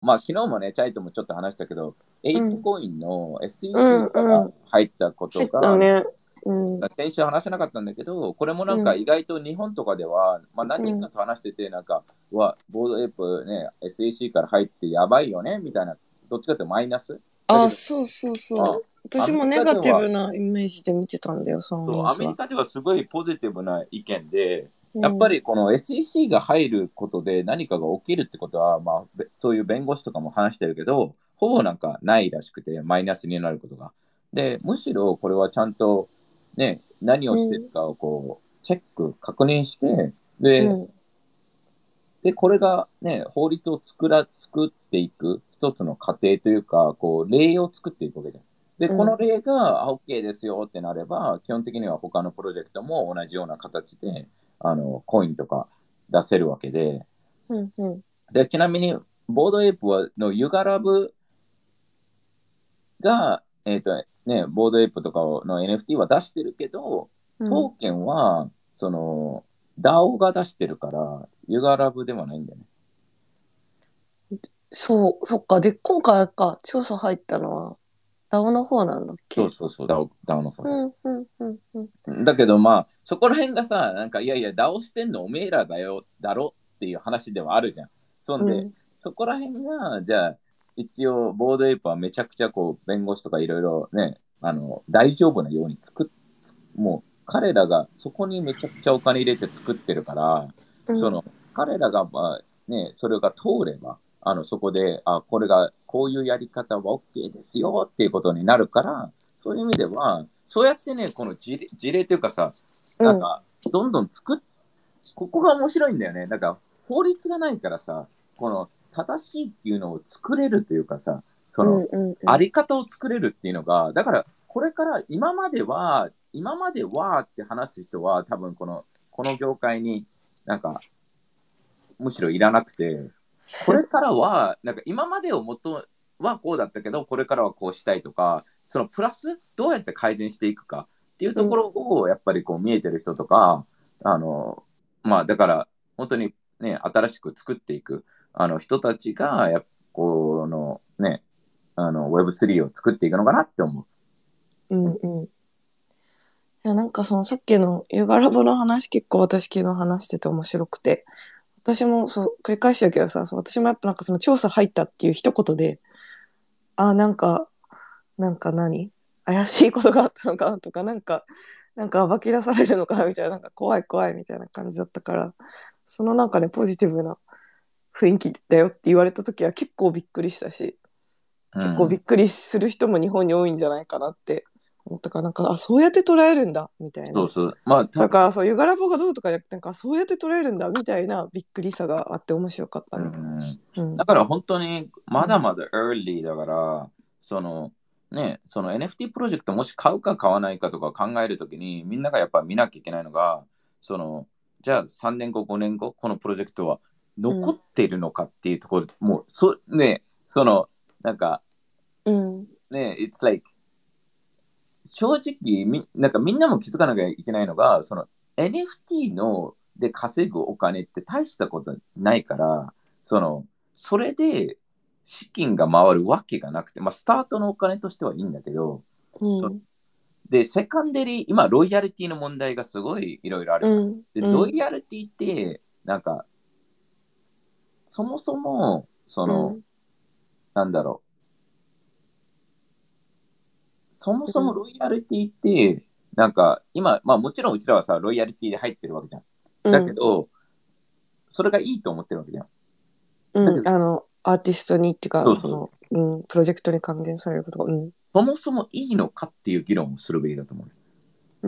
まあ昨日もね、チャイともちょっと話したけど、エイプうん。 コインのう SEC からんうん。 入ったこ入っとが、 たね。うん。 先週話せなかったんだけど、これもなんかうん。 意外と日本とかでは、まあ何うん。 人かと話してて、なんか、ボードエイプね、SEC から入ってやばいよね、みたいな、どっちかっていうとマイナスだけあ、 ど、 そうそうあ、 そう。私アメリもネガティカでは、 ブなイメージで見てたんだよ、そのそう、 ニュースは。 アメリカではすごいポジティブな意見で、やっぱうん。 りこの SEC が入ることで何かが起きるってことは、まあ、そういう弁護士とかも話してるけど、ほぼなんかないらしくて、マイナスになることが。で、むしろこれはちゃんとね、何をしてるうん。 かをこう、チェック、確認して、で、 うん。 これがね、法律を作っていく一つの過程というか、こう、例を作っていくわけじゃん。で、 うん。 この例が、OK ですよってなれば、基本的には他のプロジェクトも同じような形で、コインとか出せるわけで、 うん。うん。 で、ちなみに、ボードエイプのユガラブが、ボードエイプとかの NFT は出してるけど、 うん。 トーケンは、その、DAO が出してるから、ユガラブではないんだよね。 そう、そっか。で、今回か、調査入ったのは、ダオの方なんだっけ？ そうそうそう、ダオの方で。 うん、うん、うん、うん。 だけどまあ、そこら辺がさ、なんか、いやいや、ダオしてんのおめえらだよ、だろっていう話ではあるじゃん。そんで、 うん、 そこら辺が、じゃあ、一応、ボードエイプはめちゃくちゃこう、弁護士とかいろいろね、大丈夫なようにもう、彼らがそこにめちゃくちゃお金入れて作ってるから、 うん、 その、彼らが、まあ、ね、それが通れば、そこで、これが、こういうやり方は OK ですよっていうことになるから、そういう意味では、そうやってね、この事例というかさ、 うん、 なんか、どんどんここが面白いんだよね。なんか、法律がないからさ、この正しいっていうのを作れるというかさ、その、 うん、うん、うん。 あり方を作れるっていうのが、だから、これから今まではって話す人は、多分この業界になんか、むしろいらなくて、これからは、なんか今までを元はこうだったけど、これからはこうしたいとか、そのプラス、どうやって改善していくかっていううん。 ところを、やっぱりこう見えてる人とか、あの、まあだから、本当にね、新しく作っていく、人たちが、このね、Web3 を作っていくのかなって思う。 うん、うん。いや、なんかそのさっきのユーガラボの話結構私昨日話してて面白くて、私もそう繰り返しちゃうけどさ、そう私もやっぱなんかその調査入ったっていう一言で、あ、なんか怪しいことがあったのかなとか、なんか暴き出されるのかなみたいな、なんか怖い怖いみたいな感じだったから、そのなんかね、ポジティブな雰囲気だよって言われた時は結構びっくりしたし、結構びっうん。 くりする人も日本に多いんじゃないかなって思ったから、なんか、あ、そうやって捉えるんだ、みたいな。 そうそう。まあ、 それから、そう、ユガラボがどうとかじゃなくて、なんか、そうやって捉えるんだ、みたいなびっくりさがあって面白かったうね。 ん。 うん。 だから本当にうん。 まだまだ early だから、その NFT プロジェクトもし買うか買わないかとか考えるときに、みんながやっぱ見なきゃいけないのが、その、じゃあ3年後、5年後、このプロジェクトはうん。 残ってるのかっていうところ、もう、ね、なんか、 うん。 ね、it's like 正直なんかみんなも気づかなきゃいけないのが、その NFT で稼ぐお金って大したことないから、それで資金が回るわけがなくて、まあ、スタートのお金としてはいいんだけど、そうん。 で、セカンデリー、今、ロイヤリティの問題がすごいいろいろあるじゃん。 うん。 で、 うん。 ロイヤリティって、なんか、そもそも、 うん。 なんだろそもそもうん。 ロイヤリティって、なんか、今、まあもちろんうちらはさ、ロイヤリティで入ってるわけじゃん。 うん。 だけど、それがいいと思ってるわけじゃん。だうん。 けど、 アーティストにっていうか、 そうそう。 プロジェクトに還元されることが、うん。 そもそもいいのかっていう議論をするべきだと思う。 うん。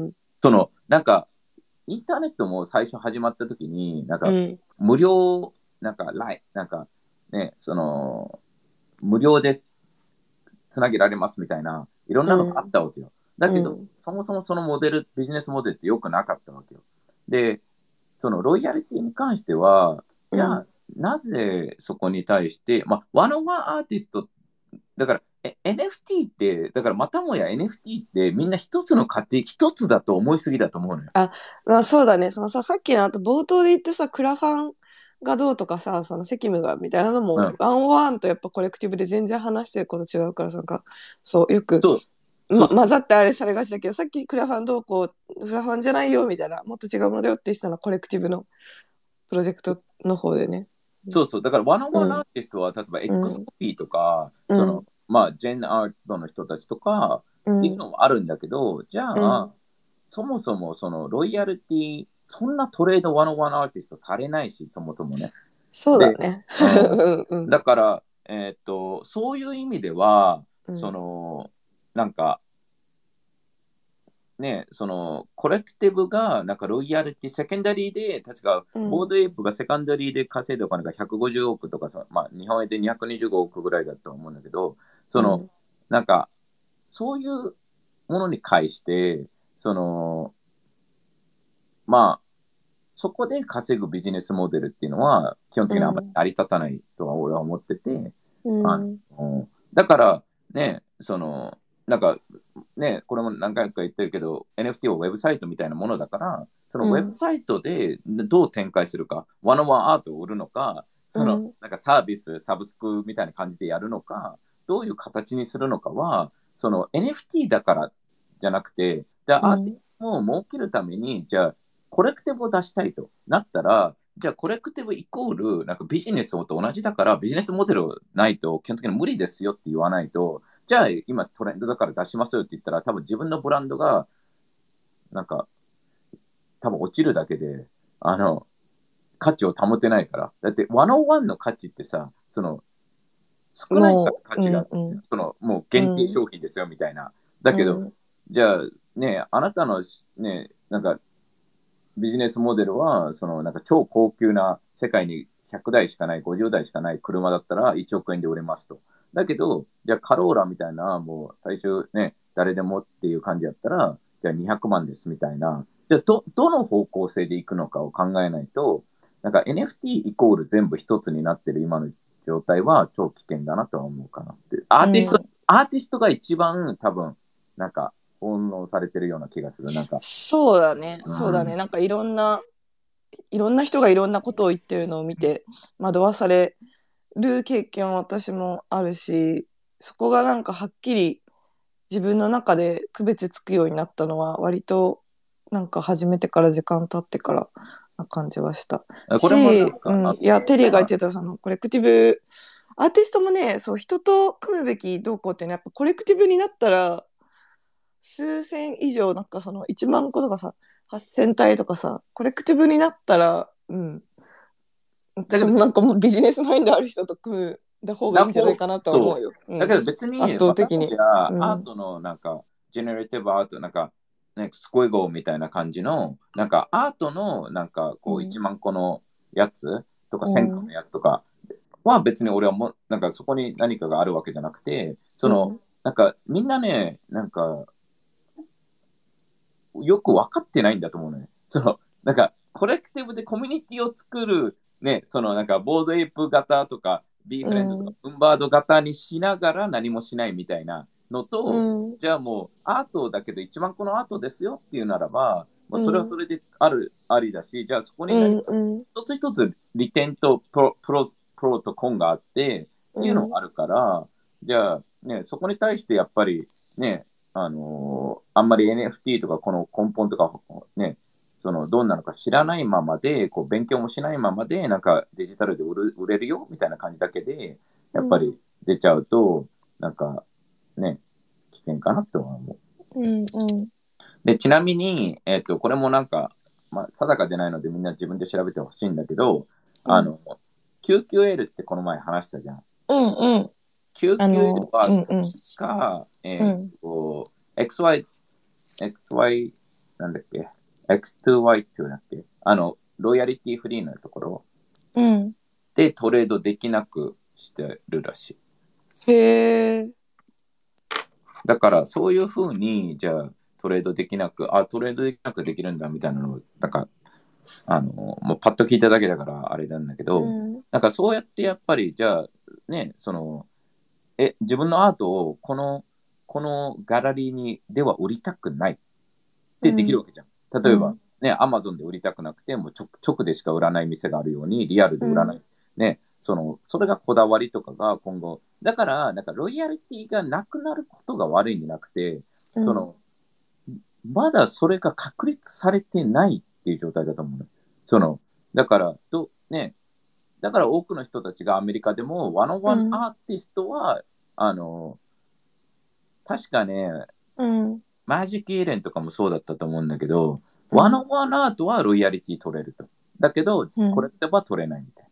なんか、インターネットも最初始まった時に、なんか、 うん。 無料、なんかね、無料でつなげられますみたいな、いろんなのがあっうん。 たわけよ。だけど、 うん。 そもそもそのビジネスモデルって良くなかったわけよ。で、そのロイヤリティに関しては、じゃあ、 うん。 なぜそこに対して、まあ、ワンオンワンアーティスト、だから、NFT って、だからまたもや NFT ってみんな一つの過程、一つだと思いすぎだと思うのよ。 あ、まあそうだね。そのさ、さっきの冒頭で言ってさ、クラファンがどうとかさ、その責務がみたいなのも、 うん。 ワンオンワンとやっぱコレクティブで全然話してること違うからさ、なんか、そう、よく、 そう、そう、 混ざってあれされがちだけど、さっきクラファンどうこう、クラファンじゃないよみたいな、もっと違うものだよって言ってたのはコレクティブのプロジェクトの方でね。 そうそう。だから、ワンオンワンアーうん、 ティストは、例えばう X ん、 コピーとか、 うん、 まあ、ジェンアートの人たちとかっていううん、 のもあるんだけど、じゃうん。 あ、そもそもそのロイヤリティ、そんなトレードワンオンワンアーティストされないし、そもそもね。で、 そうだね。 うん。 うんうん。 だから、そういう意味では、 うんなんか、ね、コレクティブが、なんかロイヤリティ、セカンダリーで、確か、 うんボードエイプがセカンダリーで稼いだお金が150億とかさ、まあ、日本円で225億ぐらいだと思うんだけど、その、 うんなんか、そういうものに関して、その、まあ、そこで稼ぐビジネスモデルっていうのは、基本的にあんまりうん成り立たないとは俺は思ってて、 うあんだから、ね、なんか、ね、これも何回か言ってるけど、NFT はウェブサイトみたいなものだから、そのウェブうんサイトでどう展開するか、ワンオンワンアートを売るのか、 うんなんかサービス、サブスクみたいな感じでやるのか、どういう形にするのかは、NFT だからじゃなくて、じゃあアーティスうんトを儲けるために、じゃあコレクティブを出したいとなったら、じゃあコレクティブイコールなんかビジネスと同じだからビジネスモデルないと基本的に無理ですよって言わないと、じゃあ今トレンドだから出しますよって言ったら多分自分のブランドがなんか多分落ちるだけで、価値を保てないから。だって101の価値ってさ、少ないからもう、う価値がある。 んうんもう限定うん商品ですよみたいな。だけど、 うんじゃあね、あなたのね、なんかビジネスモデルは、なんか超高級な世界に100台しかない、50台しかない車だったら1億円で売れますと。だけど、じゃあカローラみたいな、もう最初ね、誰でもっていう感じやったら、じゃあ200万ですみたいな。じゃあどの方向性でいくのかを考えないと、なんか NFT イコール全部一つになってる今の状態は超危険だなとは思うかなっていう。 うんアーティストが一番多分、なんか、翻弄されてるような気がする。なんか、 そうだね、 うそうだね。 ん。 なんかいろんな人がいろんなことを言ってるのを見て惑わされる経験は私もあるし、そこがなんかはっきり自分の中で区別つくようになったのは割となんか始めてから時間経ってからな感じはしたこれもなし、 んか、 いや、テリーが言ってたそのコレクティブアーティストもね、そう、人と組むべきどうこうっていうのはやっぱコレクティブになったら数千以上、なんかその1万個とかさ、8000体とかさ、コレクティブになったら、 だけど、 私もなんかもうビジネスマインドある人と組んだ方がいいんじゃないかなとは思そう。 うよ。 だけど別に、 圧倒的に。 私たちはアートのなんか、ジェネレティブアート、なんか、ね、スコイゴーみたいな感じの、なんかアートのなんかこう1 うん。 万個のやつとかう 1000個のん。 やつとかは別に俺はもう、なんかそこに何かがあるわけじゃなくて、 うん。 なんかみんなね、なんかよく分かってないんだと思うね。なんか、コレクティブでコミュニティを作る、ね、なんか、ボードエイプ型とか、ビーうフレンドとか、 ん。 ウンバード型にしながら何もしないみたいなのうと、 ん。 じゃあもう、アートだけど1万個のアートですよっていうならば、もうそれはうん。 それでありだし、じゃあそこにうん。 何か、 うん。 一つ一つ利点とプロとコンがあって、っていうのがあるから、じゃあね、そこに対してやっぱりね、あんまり NFT とかこの根本とかね、どんなのか知らないままで、こう勉強もしないままで、なんかデジタルで売れるよみたいな感じだけで、やうん。 っぱり出ちゃうと、なんかね、危険かなとは思う。 うん。うん。 で、ちなみに、これもなんか、まあ、定かでないのでみんな自分で調べてほしいんだけど、 うん。 あの、QQL ってこの前話したじゃん。 うん。うん。 QQL は確うん。うん。 か、 うん。 XY、なんだっけ ?X2Y2 だっけロイヤリティフリーのところうん。 でトレードできなくしてるらしい。 へえ。 だからそういうふうに、じゃあトレードできなく、トレードできなくできるんだみたいなのを、なんか、もうパッと聞いただけだからあれなんだけうど、 ん。 なんかそうやってやっぱり、じゃあ、ね、自分のアートをこのガラリーにでは売りたくないってできるうん。 わけじゃん。例えば、 うん。 ね、アマゾンで売りたくなくて、もう直でしか売らない店があるように、リアルで売らない。ね、それがこだわりとかが今後、だから、なんかロイヤリティがなくなることが悪いんじゃなくて、 うんその、まだそれが確立されてないっていう状態だと思うの。だから、だから多くの人たちがアメリカでも、ワンオワンアーティストは、あの、確かね、 うん。 マジックエレンとかもそうだったと思うんだけど、 うんワンオワンアートはロイヤリティ取れると。だけど、 うんこれっては取れないみたい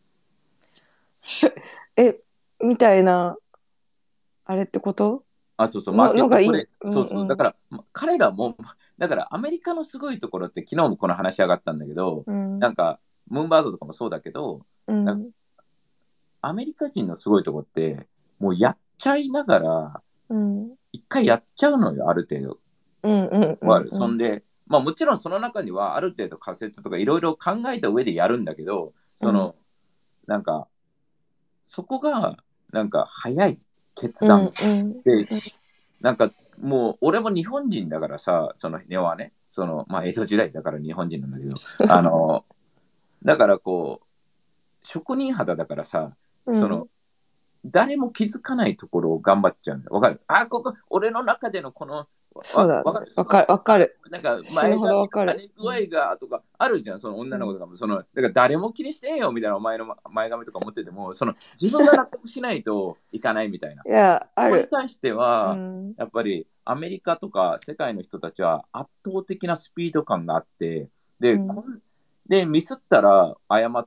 え、みたいな、あれってことな。あ、そうそう、マーケッのがいい。 トこれ、そうそう。だうんから、彼らも、だからアメリカのすごいところって、昨日もこの話し上がったんだけど、 うん。 なんか、ムーンバードとかもそうだけど、なんかうん。 アメリカ人のすごいところって、もうやっちゃいながら、 うん。 一回やっちゃうのよ、ある程度。 うんうんうはある。 んうん。 そんで、まあもちろんその中にはある程度仮説とかいろいろ考えた上でやるんだけど、なんか、そこが、なんか早い決うん断うんで、なんかもう俺も日本人だからさ、その根はね、まあ江戸時代だから日本人なんだけど、だからこう、職人肌だからさ、 うん。 誰も気づかないところを頑張っちゃうんだよ。わかる？あ、ここ、俺の中でのこの、 そうだね。 わかる？ わかる。 なんか死ぬほど前髪のわかる。 跳ね具合がとかあるじゃん、その女の子うん。 とかも。だから誰も気にしてんよみたいなお前の前髪とか持ってても、自分が納得しないといかないみたいな。 いや、 そこにある。 対してうは、 ん。 やっぱりアメリカとか世界の人たちは圧倒的なスピード感があって、で、 うん。 ミスったら謝って、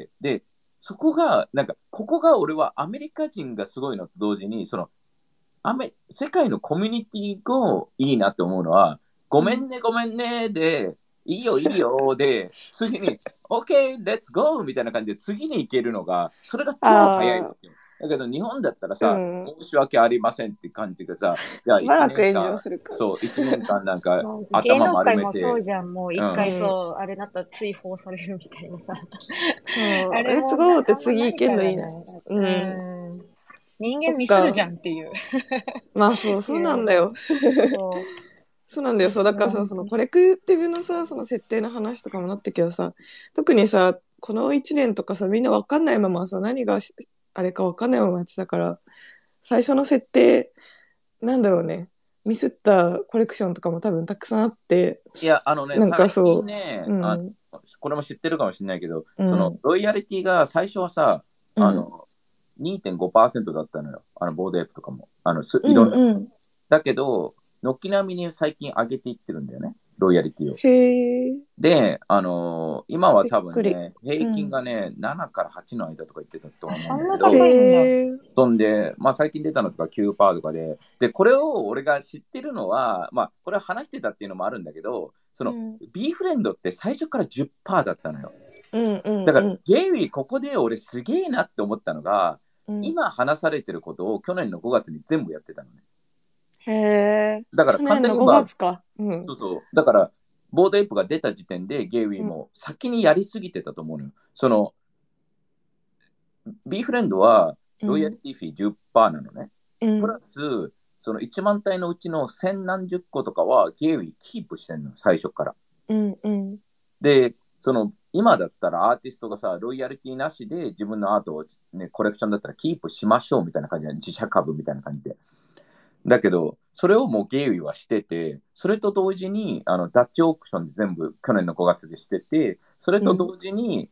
で、そこが、なんか、ここが俺はアメリカ人がすごいのと同時に、世界のコミュニティがいいなって思うのは、ごうん。 めんね、ごめんね、で、いいよ、いいよ、で、次に、OK、let's go! みたいな感じで次に行けるのが、それが超早いわああ、 けよ。だけど日本だったらうさ、 ん。 申し訳ありませんって感じでさ、じゃあ1 しばらく炎上年間、 するから。 そう、1年間なんかもう芸頭能界もそう丸めて、 じゃん。もう一うん、 回うん。 そう、あれなったら追放されるみたいなさ。あそう。レッツれもゴーってあんまな次行けんいからね。 のいいな。うん。 人そっ間ミスるじか。 ゃんっていう。 まあそう、そうなんだよ。 そそうなんだよ。そう、だからさ、そのコレクティブのさ、その設定の話とかもなったけどさ、特にさ、この1年とかさ、みんなわかんないままさ、何があれかわかんないままやってたから、最初の設定、なんだろうね、ミスったコレクションとかも多分たくさんあって、 いや、 なんか最近そね、 う、うん、 これも知ってるかもしれないけど、 うん、 ロイヤリティが最初はさ、 うん、 2.5%だったのよ。ボードエイプとかも。 うん、 いろんな。 うん。 だけど、軒並みに最近上げていってるんだよね。ロイヤリティを。 へえ、 で、今はびっ多分くり。 ね、平うん。 均がね、7から8の間とか言ってたとう。あ、 思うそんなんだけど、 高いんだ。 へえ、 そんで、まあ最近出たのとか9%とかで、で、これを俺が知ってるのは、まあこれは話してたっていうのもあるんだけど、 うん、 B フレンドって最初から10%だったのよ。 うん、うん、 だから、 うん、 ゲイリー、ここで俺すげえなって思ったのが、 うん。 今話されてることを去年の5月に全部やってたのね。 へえ、 だから去年の5 簡単に言えば、 月か。うん、 そうそう、だからボードエイプが出た時点でゲイリーうん、 も先にやりすぎてたと思うのよ。B フレンドはロイヤリうん、 ティフィー10%なのね。プラうん、 ス、その1万体のうちの千何十個とかはゲイリーキープしてんのよ、最初から。 うん、うん、 で、今だったらアーティストがさ、ロイヤリティなしで自分のアートを、ね、コレクションだったらキープしましょうみたいな感じで、自社株みたいな感じで。だけど、それをもうゲイリーはしてて、それと同時に、ダッチオークションで全部去年の5月でしてて、それうん、 と同時に、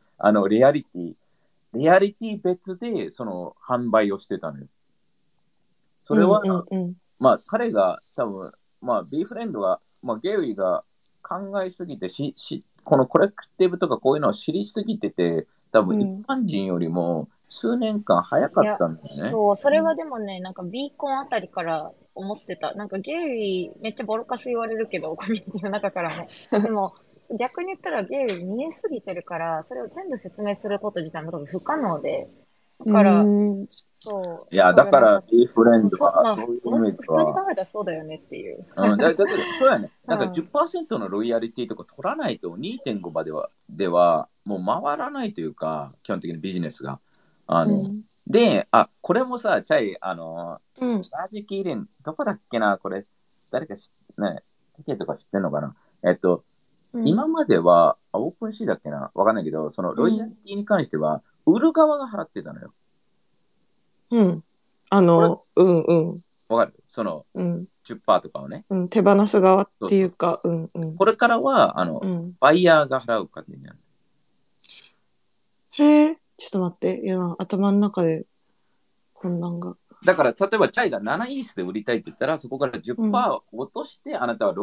リアリティ別で、販売をしてたのよ。そうん、 れは、 うん、うん。 まあ、彼が多分、まあ、B フレンドが、まあ、ゲイリーが考えすぎてこのコレクティブとかこういうのを知りすぎてて、多分一うん。 般人よりも数年間早いや、 かったんだよね。 そう、それはでもね、なんかビーコンあたりから思ってた。なんかゲイリーめっちゃボロカス言われるけど、コミュニティの中からも。でも、逆に言ったらゲイリー見えすぎてるから、それを全部説明すること自体も多分不可能で。だうから、 ん。 いや、 そう、だからだから、 なんか、 B フレンドは、 まあ、 そういう意味で普通に考は、 えたらそうだよねっていう。 だけど、そうやね。なんかうん。 10%のロイヤリティとか取らないと2.5までは、もう回らないというか、基本的にビジネスが。あの、 うん。 これもさ、チャイ、 うん。 ラージキーリン、どこだっけな、これ、誰かね、テケとか知ってんのかな。 今までは、オープンシーだっけなわかんないけど、そのロイヤリティに関しては、売る側が払ってたのよ。 うん。 これ、わかるその10%とかをね。 手放す側っていうそうか、 これからは、バイヤーが払う形になる。 へえ、ちょっと待って。今、頭の中で混乱が。 だから、例えばチャイが7イースで売りたいって言ったら、そこから10%落として、あなたは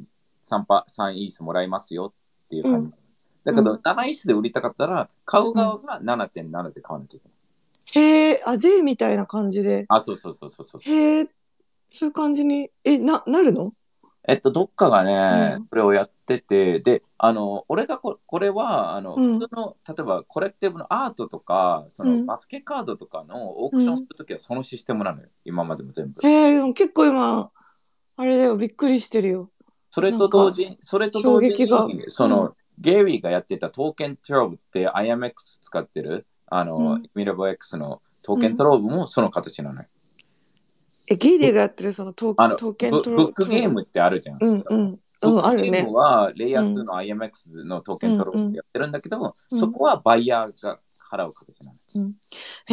6.3イースもらいますよっていう感じ。だけど、7イースで売りたかったら、買う側が7.7で買わなきゃいけない。 へえ、税みたいな感じで。 そうそう。 へえ、そういう感じに、なるの？ どっかがね、これをやってて、で、俺がこれは、普通の、例えばコレクティブのアートとか、そのバスケカードとかのオークションするときはそのシステムなのよ。今までも全部。 へえ、結構今、あれだよ、びっくりしてるよ。 それと同時に、 衝撃が。 ゲイリーがやってたトーケントローブって IMX 使ってる、ミラボ X のトーケントローブもその形なのよ。 ゲイリーがやってるそのトーケントローブ。 ブックゲームってあるじゃん。 ブックゲームはレイヤー2の IMX のトーケントローブでやってるんだけど、そこはバイヤーが払う形なんです。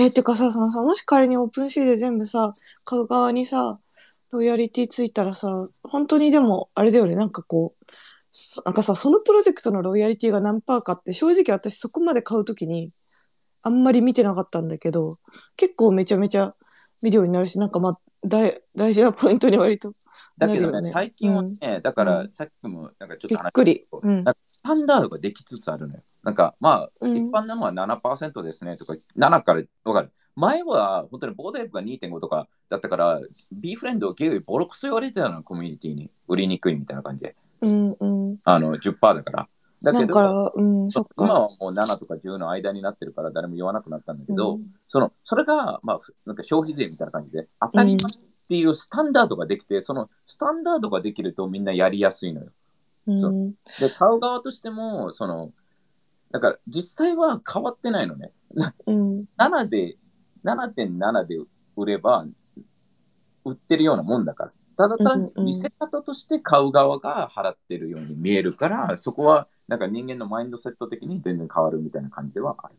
てかさ、もし仮にオープンシーで全部さ、買う側にさ、ロイヤリティついたらさ、本当にでも、あれだよね、なんかこう、なんかさ、そのプロジェクトのロイヤリティが何パーかって、正直私そこまで買うときに、あんまり見てなかったんだけど、結構めちゃめちゃ見るようになるし、なんかまあ、大事なポイントに割とだけどね、最近はね、だからさっきもなんかちょっと話したけど、なんかスタンダードができつつあるのよ。なんかまあ、一般なのは 7% ですねとか、7から分かる。前は本当にボードエップが2.5とかだったから、B フレンドをゲイボロクソ言われてたの、コミュニティに。売りにくいみたいな感じで。10%だから。だけど、今はもう7とか10の間になってるから誰も言わなくなったんだけど、それが、まあ、なんか消費税みたいな感じで、当たり前っていうスタンダードができて、そのスタンダードができるとみんなやりやすいのよ。で、買う側としても、だから実際は変わってないのね。7で、7.7で売れば、売ってるようなもんだから。ただ単に見せ方として買う側が払ってるように見えるから、そこはなんか人間のマインドセット的に全然変わるみたいな感じではある。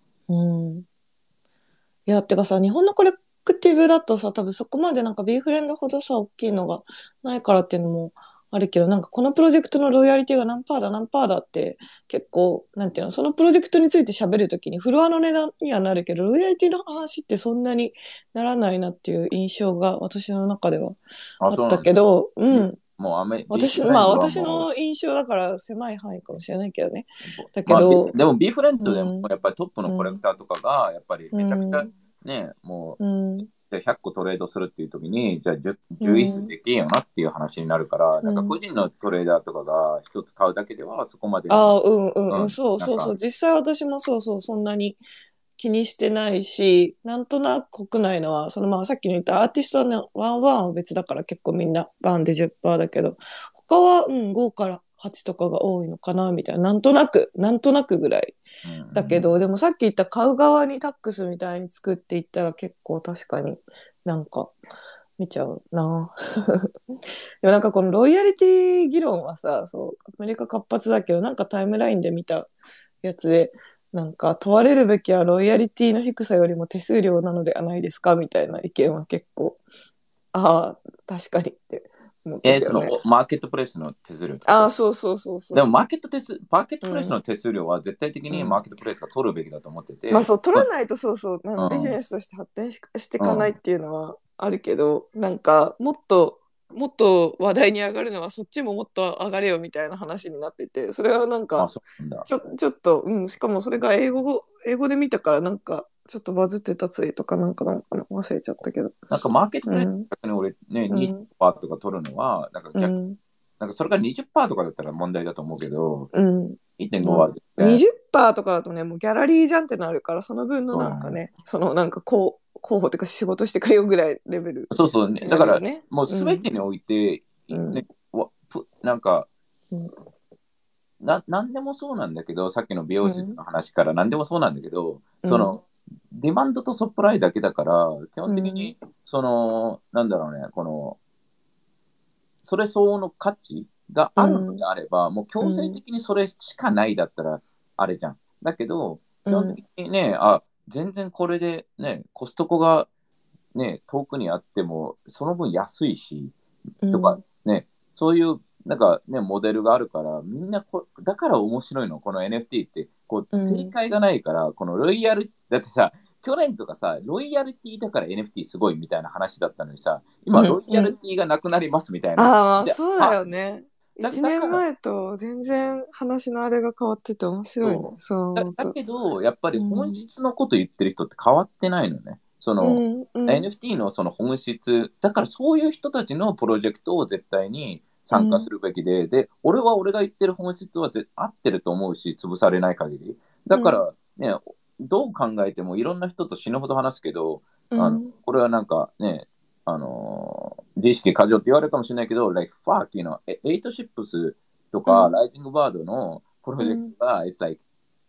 いや、てかさ、日本のコレクティブだとさ、多分そこまでなんか B フレンドほどさ、大きいのがないからっていうのもあるけど、なんかこのプロジェクトのロイヤリティが何パーだ何パーだって結構、なんていうの、そのプロジェクトについて喋るときにフロアの値段にはなるけど、ロイヤリティの話ってそんなにならないなっていう印象が私の中ではあったけど、 もう私の印象だから狭い範囲かもしれないけどね。だけど、でも B フレンドでもやっぱりトップのコレクターとかがやっぱりめちゃくちゃね、もう、じゃあ100個トレードするっていう時に、じゃあ 10イースできんよなっていう話になるから、なんか個人のトレーダーとかが一つ買うだけではそこまで。 そう。実際私もそんなに気にしてないし、なんとなく国内のは、まあさっきの言ったアーティストのワンは別だから結構みんなバンで10%だけど、他は5から8とかが多いのかなみたいな、なんとなくぐらい。だけど、でもさっき言った買う側にタックスみたいに作っていったら結構確かになんか見ちゃうな。でもなんかこのロイヤリティ議論はさ、アメリカ活発だけど、なんかタイムラインで見たやつで、なんか問われるべきはロイヤリティの低さよりも手数料なのではないですかみたいな意見は結構、ああ、確かにって思ったけどね。 マーケットプレイスの手数料。 そう。 でもマーケットプレイスの手数料は絶対的にマーケットプレイスが取るべきだと思ってて。 まあ取らないとビジネスとして発展していかないっていうのはあるけど、なんかもっと話題に上がるのはそっちももっと上がれよみたいな話になってて、それはなんかちょっと、しかもそれが英語で見たからなんかちょっとバズってたツイートかなんかな忘れちゃったけど。 なんかマーケットプレイスに俺ね、20%とか取るのは、なんかなんかそれが20%とかだったら問題だと思うけど、1.5 は、 20% とかだとね、もうギャラリーじゃんってなるから、その分のなんかね、なんか候補っていうか仕事してくれよぐらいレベル。 そうね。だから、もうすべてにおいて、なんか、なんでもそうなんだけど、さっきの美容室の話からなんでもそうなんだけど、デマンドとサプライだけだから、基本的に、なんだろうね、それ相応の価値があるのであれば、もう強制的にそれしかないだったらあれじゃん。だけど、基本的にね、全然これでね、コストコがね、遠くにあっても、その分安いし、とかね、そういうなんかね、モデルがあるから、みんなだから面白いの、この NFT って、こう、正解がないから、このロイヤル、だってさ、去年とかさ、ロイヤルティだから NFT すごいみたいな話だったのにさ、今、ロイヤルティがなくなりますみたいな。 ああ、 で、 そうだよね。一だから、 年前と全然話のあれが変わってて面白いね。そう思うだと。 けど、やっぱり本質のこと言ってる人って変わってないのね。その、NFT のその本質、だからそういう人たちのプロジェクトを絶対に参加するべきで、で、俺は俺が言ってる本質は合ってると思うし、潰されない限り。だからね、どう考えてもいろんな人と死ぬほど話すけど、これはなんかね、自意識過剰って言われるかもしれないけど、like fuck,エイトシップスとか、ライジングバードのプロジェクトが、it's like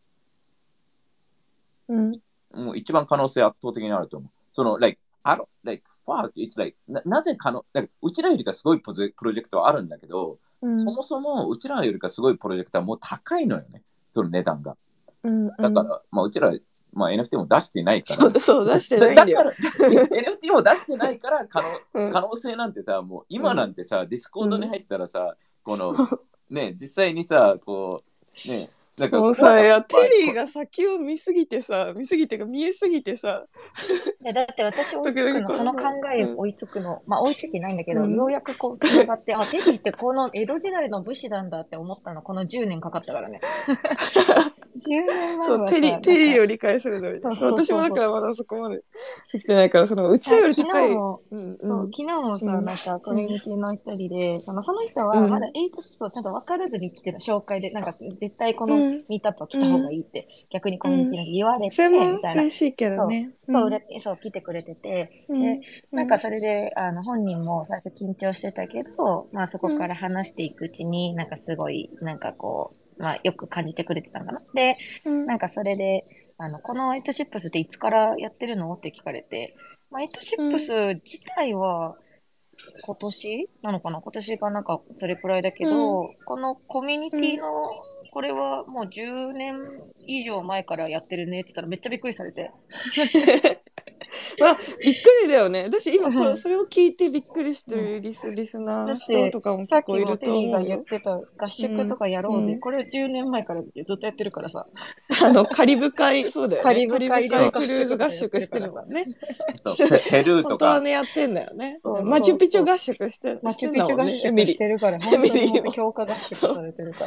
もう一番可能性圧倒的にあると思う。その、fuck, it's like, なぜうちらよりかすごいプロジェクトはあるんだけど、そもそもうちらよりかすごいプロジェクトはもう高いのよね、その値段が。だから、うちら、NFT も出してないから。 そう、出してないんだよ。 だから、NFT も出してないから可能性なんてさ、もう今なんてさ、ディスコードに入ったらさ、この、ね、実際にさ、こう、ね、なんかもうさ、テリーが先を見すぎて見えすぎてさ。 だって私追いつくの、その考え追いつくの、追いついてないんだけど、ようやくこう繋がって、テリーってこの江戸時代の武士なんだって思ったの、この10年かかったからね。10年前はさ、 テリーを理解するのに。私もだからまだそこまでできてないから、そのうちより高い。 昨日もさ、なんかコミュニティの一人で、その人はまだエイトシップスをちゃんと分からずに来てた紹介で、なんか絶対このミートアップは来た方がいいって、逆にコミュニティに言われて、 それもみたいな。 嬉しいけどね。 そう、来てくれてて、で、なんかそれで、本人も最初緊張してたけど、そこから話していくうちに、なんかすごい、なんかこう、よく感じてくれてたんだな。で、なんかそれで、このエイトシップスっていつからやってるのって聞かれて、エイトシップス自体は今年なのかな、今年がなんかそれくらいだけど、このコミュニティの、これはもう10年以上前からやってるねって言ったらめっちゃびっくりされて。 びっくりだよね。私今それを聞いてびっくりしてるリスナーの人とかも結構いると思うよ。 さっきもテリーが言ってた合宿とかやろうで、これ10年前からずっとやってるからさ。 カリブ海、そうだよね。カリブ海クルーズ合宿してるもんね。 ペルーとか。 本当はね、やってんだよね。マチュピチュ合宿してんだもんね。 マチュピチュ合宿してるから、本当に強化合宿されてるから。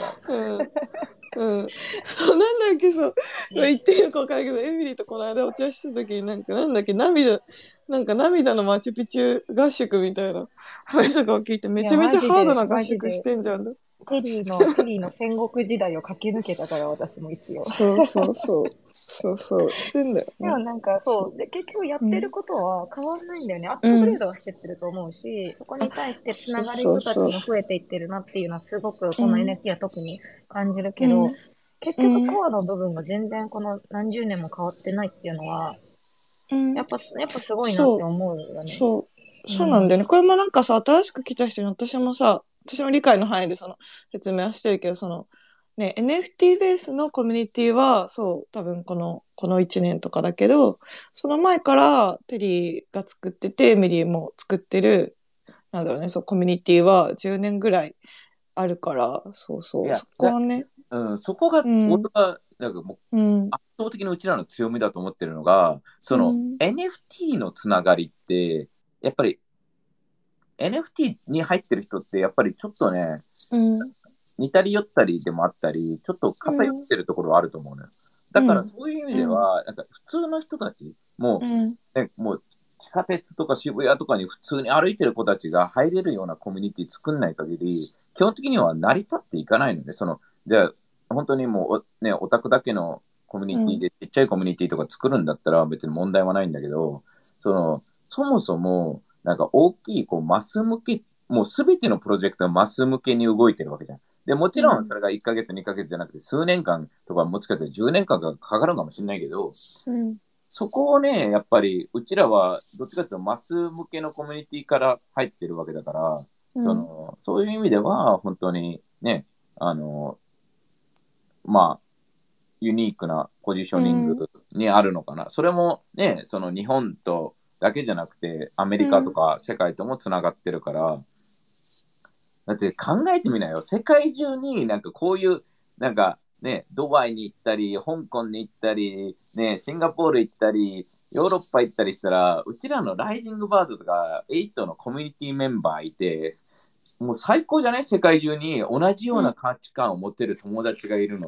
なんだっけ、言っていいのか分からんけど、エミリーとこの間お茶してた時になんだっけ、涙のマチュピチュ合宿みたいな話とかを聞いて、めちゃめちゃハードな合宿してんじゃん。 テリーの戦国時代を駆け抜けたから、私も一応。 そう、してんだよ、ね。 でもなんかで、結局やってることは変わんないんだよね。アップグレードはしてってると思うし、そこに対してつながる人たちも増えていってるなっていうのはすごくこの NFT は特に感じるけど、結局コアの部分が全然この何十年も変わってないっていうのは、やっぱすごいなって思うよね。 そうなんだよね。これもなんかさ、新しく来た人に私も理解の範囲で説明はしてるけど、NFT ベースのコミュニティは、多分この1年とかだけど、その前からテリーが作ってて、エミリーも作ってる、なんだろうね、コミュニティは10年ぐらいあるから、そこはね。 そこが、俺は、なんかもう、圧倒的にうちらの強みだと思ってるのが、NFT のつながりって、やっぱり、NFT に入ってる人って、やっぱりちょっとね、似たり寄ったりでもあったり、ちょっと偏ってるところはあると思うのよ。だからそういう意味では、なんか普通の人たち、もう地下鉄とか渋谷とかに普通に歩いてる子たちが入れるようなコミュニティ作んない限り、基本的には成り立っていかないので、じゃあ本当にもうオタクだけのコミュニティでちっちゃいコミュニティとか作るんだったら別に問題はないんだけど、そもそもなんか大きいマス向け、もうすべてのプロジェクトがマス向けに動いてるわけじゃん。で、もちろんそれが1ヶ月、2ヶ月じゃなくて数年間とかもしかしたら10年間かかかるかもしれないけど、そこをね、やっぱりうちらはどっちかというとマス向けのコミュニティから入ってるわけだから、 そういう意味では、本当にね、あの、まあ、ユニークなポジショニングにあるのかな。それもね、その日本とだけじゃなくて、アメリカとか世界ともつながってるから、だって考えてみなよ。世界中になんかこういう、なんかね、ドバイに行ったり、香港に行ったり、ね、シンガポール行ったり、ヨーロッパ行ったりしたら、うちらのライジングバードとか、エイトのコミュニティメンバーいて、もう最高じゃない世界中に同じような価値観を持ってる友達がいるのって、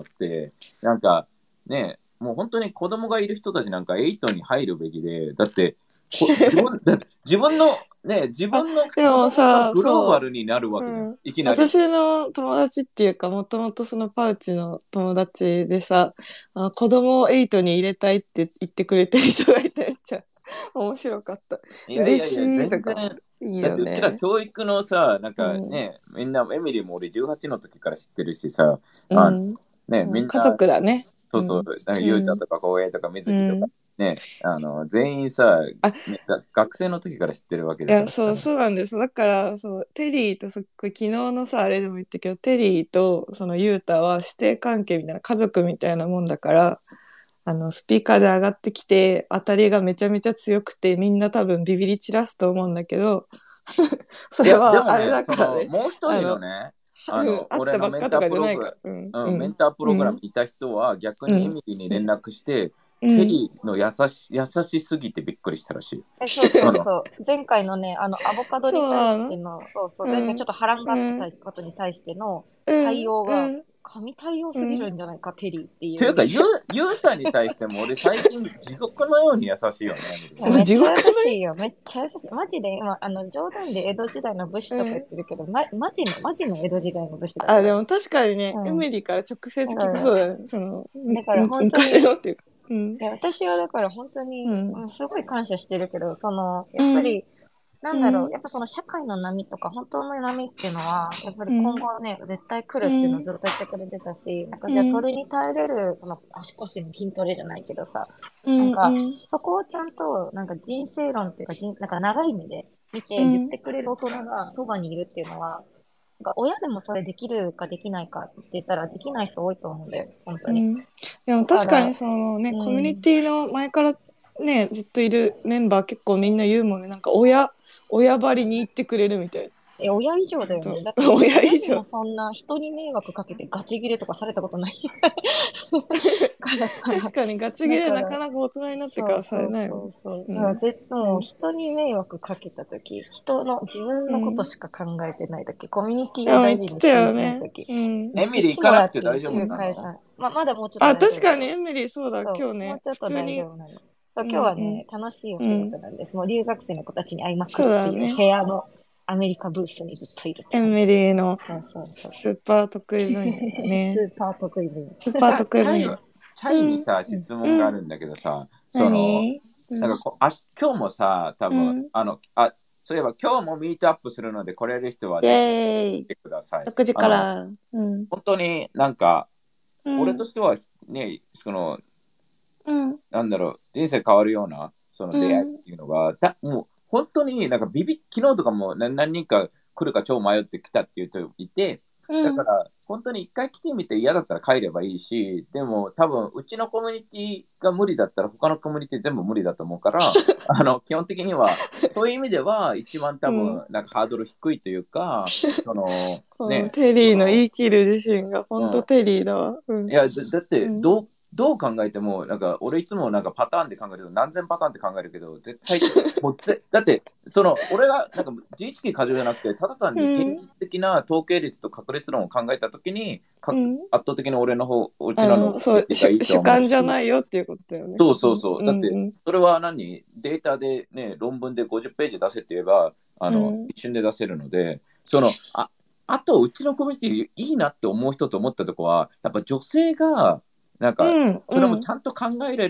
なんかね、もう本当に子供がいる人たちなんかエイトに入るべきで、だって自分のね、自分の子でも供がさ、 グローバそルになるわう、 けじゃん。 うん。 いきなり。 私の友達っていうか、もともとそのパウチの友達でさ、子供をエイトに入れたいって言ってくれてる人がいて、めっちゃ面白かった。 いやい嬉やいや、 しいとか、 全然、 いいだってうちらよね。 教育のさ、なんかうん。 ね、みんな、エミリーも俺18の時から知ってるしさ、あのうん。 ね、 うん、家みんな族だね。 そうそう、 うん。 なんかゆうたうん。 とか浩平とか水木とかうん。 ね、全員さ、 あ、 ね学生の時から知ってるわけいや、 だからさ。 そう、そうなんです。だから、そう、テリーと、これ昨日のさ、あれでも言ったけど、テリーと、そのユータは師弟関係みたいな、家族みたいなもんだから、スピーカーで上がってきて、当たりがめちゃめちゃ強くて、みんな多分ビビり散らすと思うんだけど、そいや、でれはあれもね、 だからね、 もう一あの、 人のね、 会ったばっかとかじゃないから。うん、うん、 メンタープうん、 ログラムいた人は逆うん、 にエミリーに連絡して、 うん。 テリーの優しすぎてびっくりしたらしい。 そうそあの、 うそう。前回のね、アボカドにそう対なの。 しての、そうそう、前うん、 回ちょっと波乱があうん、 ったことに対してのうん、 対応が、 うん、 神対応うん。 すぎるんじゃないか、テリーっていう。 というか、ゆうたに対しても俺最近地獄のように優しいよね、エミリーは。 いや、めっちゃ優地獄の、 しいよ。めっちゃ優しい。マジで、今、冗談で江戸時代の武士とか言うん。 ってるけど、マジの江戸時代の武士だかあ、 らね。 でも確かにね、エうん。 ミリーから直接聞くだから、 そうだね。その、 だから本当に、 昔のっていうか。うん。 いや、私はだから本当に、 うん。 すごい感謝してるけど、やうん。 っぱり、なんだろう、 うん。 やっぱその社会の波とか、本当の波っていうのは、やっぱり今うん。 後ね、絶対来うるっていうのをん。 ずっと言ってくれてたし、なんかじゃあそうん。 れに耐えれる、その足腰の筋トレじゃないけどさ、 うん。 なんか、 うん。 そこをちゃんと、なんか人生論っていうか、なんか長い目で見て言っうん。 てくれる大人がそばにいるっていうのは、なんか親でもそれできるかできないかって言ったらできない人多いと思うんだよ、本当に。 うん。でもだから、 確かにそのね、コミュニうん。 ティの前からね、ずっといるメンバー結構みんな言うもんね。なんか親張りに言ってくれるみたいな。 親以上だほんと、 よね。だって、親にも親以上。 そんな人に迷惑かけてガチギレとかされたことないからさ。 確かにガチ切れだから、 なかなか大人になってからされそうそうないもん。 そうそう。だからうん。 絶対もううん。 人に迷惑かけたとき、自分のことうん。 しか考えてないとき、コミュニティでもを大言ってた事にしていよね。 ないとき、 うん。 エミリー行 1 かなもらってくて大丈夫 9 なの？ 回さまだもうちょっとあ、 大丈夫だよ。 確かにエミリーそうだ。 そう、 今日ね、 もうちょっと普通に。 大丈夫なの。そう、 う今日はん。 ね、楽しいお仕うん。 事なんです。もう留学生の子たちに会いまくそうるっていうだね。 部屋のアメリカブースにずっといるってエミ感じ。 リーのそうそうそう。 スーパー得意分野だね。 スーパー得意分スーパー得意分野。 チャイにうん。 さ、 野。うん。 質問がうん。 あるんだけどさ、 何？うん。 なんか今日もさ、多分、 うん。 そういえば今日もミートアップするので、来れる人はイェぜひ来ーイ。 てください。 6時から。うん。 本当になんか、 うん。 俺としてはね、 うん。 なんだろう、人生変わるような、その出会いっうん。 ていうのが、もう本当になんか昨日とかも何人か来るか超迷ってきたっていう人いて、 うん。 だから本当に一回来てみて嫌だったら帰ればいいし、でも多分うちのコミュニティが無理だったら他のコミュニティ全部無理だと思うから、基本的にはそういう意味では一番多うん。 分なんかハードル低いというか、そのこのね、 テリーの言い切る自身がうん、 本当テリーだわ。うん。 いや、だってうん。 どう考えても、なんか俺いつもなんかパターンで考えると何千パターンって考えるけど、絶対、だって、俺がなんか自意識過剰じゃなくて、ただ単うに現ん。 実的な統計率と確率論を考えたときに、 うん。 圧倒的にうちらのコミュそう、 ニティがいいと主思うし、 観じゃないよっていうことだよね。 そううん。 そうそう。 うだって、 ん。 それはデータでね、論文で50ページ出せって言えば、 うん。 一瞬で出せるので、あと、うちのコミュニティいいなって思う人と思ったとこは、やっぱ女性が、なんか、 うん。 それもうん。 ちゃんと考えられる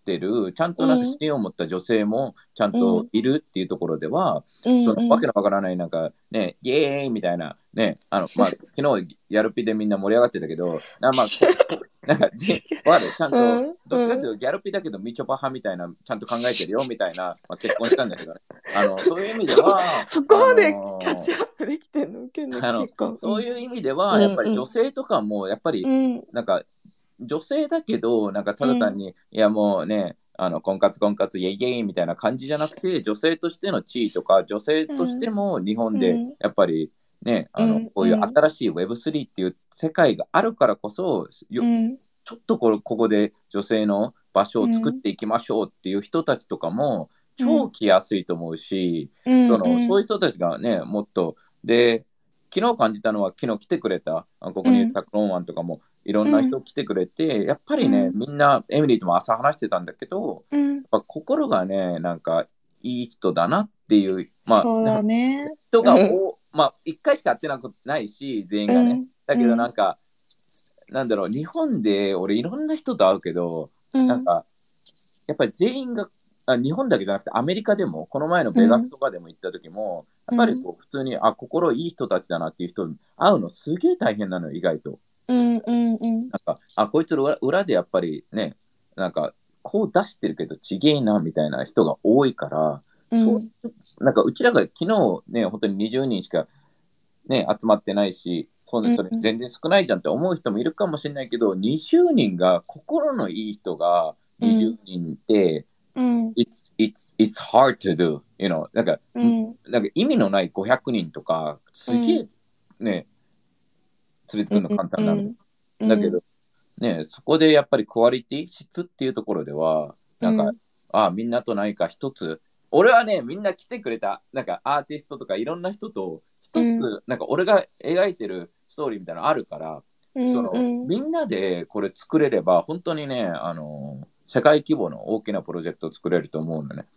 ってる、ちゃんとなんか芯を持った女性もちゃんといるっていうところでは、そのわけのわからないなんかね、イエーイみたいなね、まあ、昨日やるピでみんな盛り上がってたけど、まあ、なんか、わかるちゃんと、どっちかというとギャルピだけどみちょぱ派みたいな、ちゃんと考えてるよみたいな、まあ、結婚したんだけどね。そういう意味では、 そこまでキャッチアップできてんの結構。 そういう意味では、やっぱり女性とかも、やっぱり、なんか、女性だけど、なんかただ単に、いやもうね、婚活、イェイイェイみたいな感じじゃなくて、女性としての地位とか、女性としても日本でやっぱりね、こういう新しい Web3 っていう世界があるからこそ、ちょっとここで女性の場所を作っていきましょうっていう人たちとかも、超来やすいと思うし、そういう人たちがね、もっと、で、昨日感じたのは、昨日来てくれた、ここにいたクローンワンとかも、いろんな人来てくれて、やっぱりね、みんな、エミリーとも朝話してたんだけど、やっぱ心がね、なんか、いい人だなっていう、まあ、 そうだね。 人がまあ、一回しか会ってないし、全員がね。だけどなんか、なんだろう、日本で俺いろんな人と会うけど、なんか、やっぱり全員が、日本だけじゃなくてアメリカでも、この前のベガスとかでも行った時も、やっぱりこう普通に、心いい人たちだなっていう人に会うのすげえ大変なのよ、意外と。なんか、こいつら裏でやっぱりね、なんか、こう出してるけどちげえなみたいな人が多いから、なんかうちらが昨日ね、本当に20人しかね、集まってないし、それ全然少ないじゃんって思う人もいるかもしれないけど、20人が、心のいい人が20人いて、it's hard to do, you know, なんか意味のない500人とか、すげえね、連れてくるの簡単なの。だけど、ね、そこでやっぱりクオリティ、質っていうところでは、なんか、みんなと何か一つ、俺はね、みんな来てくれた、なんかアーティストとかいろんな人と、一つ、なんか俺が描いてるストーリーみたいなのあるから、みんなでこれ作れれば、本当にね、世界規模の大きなプロジェクトを作れると思うんだね。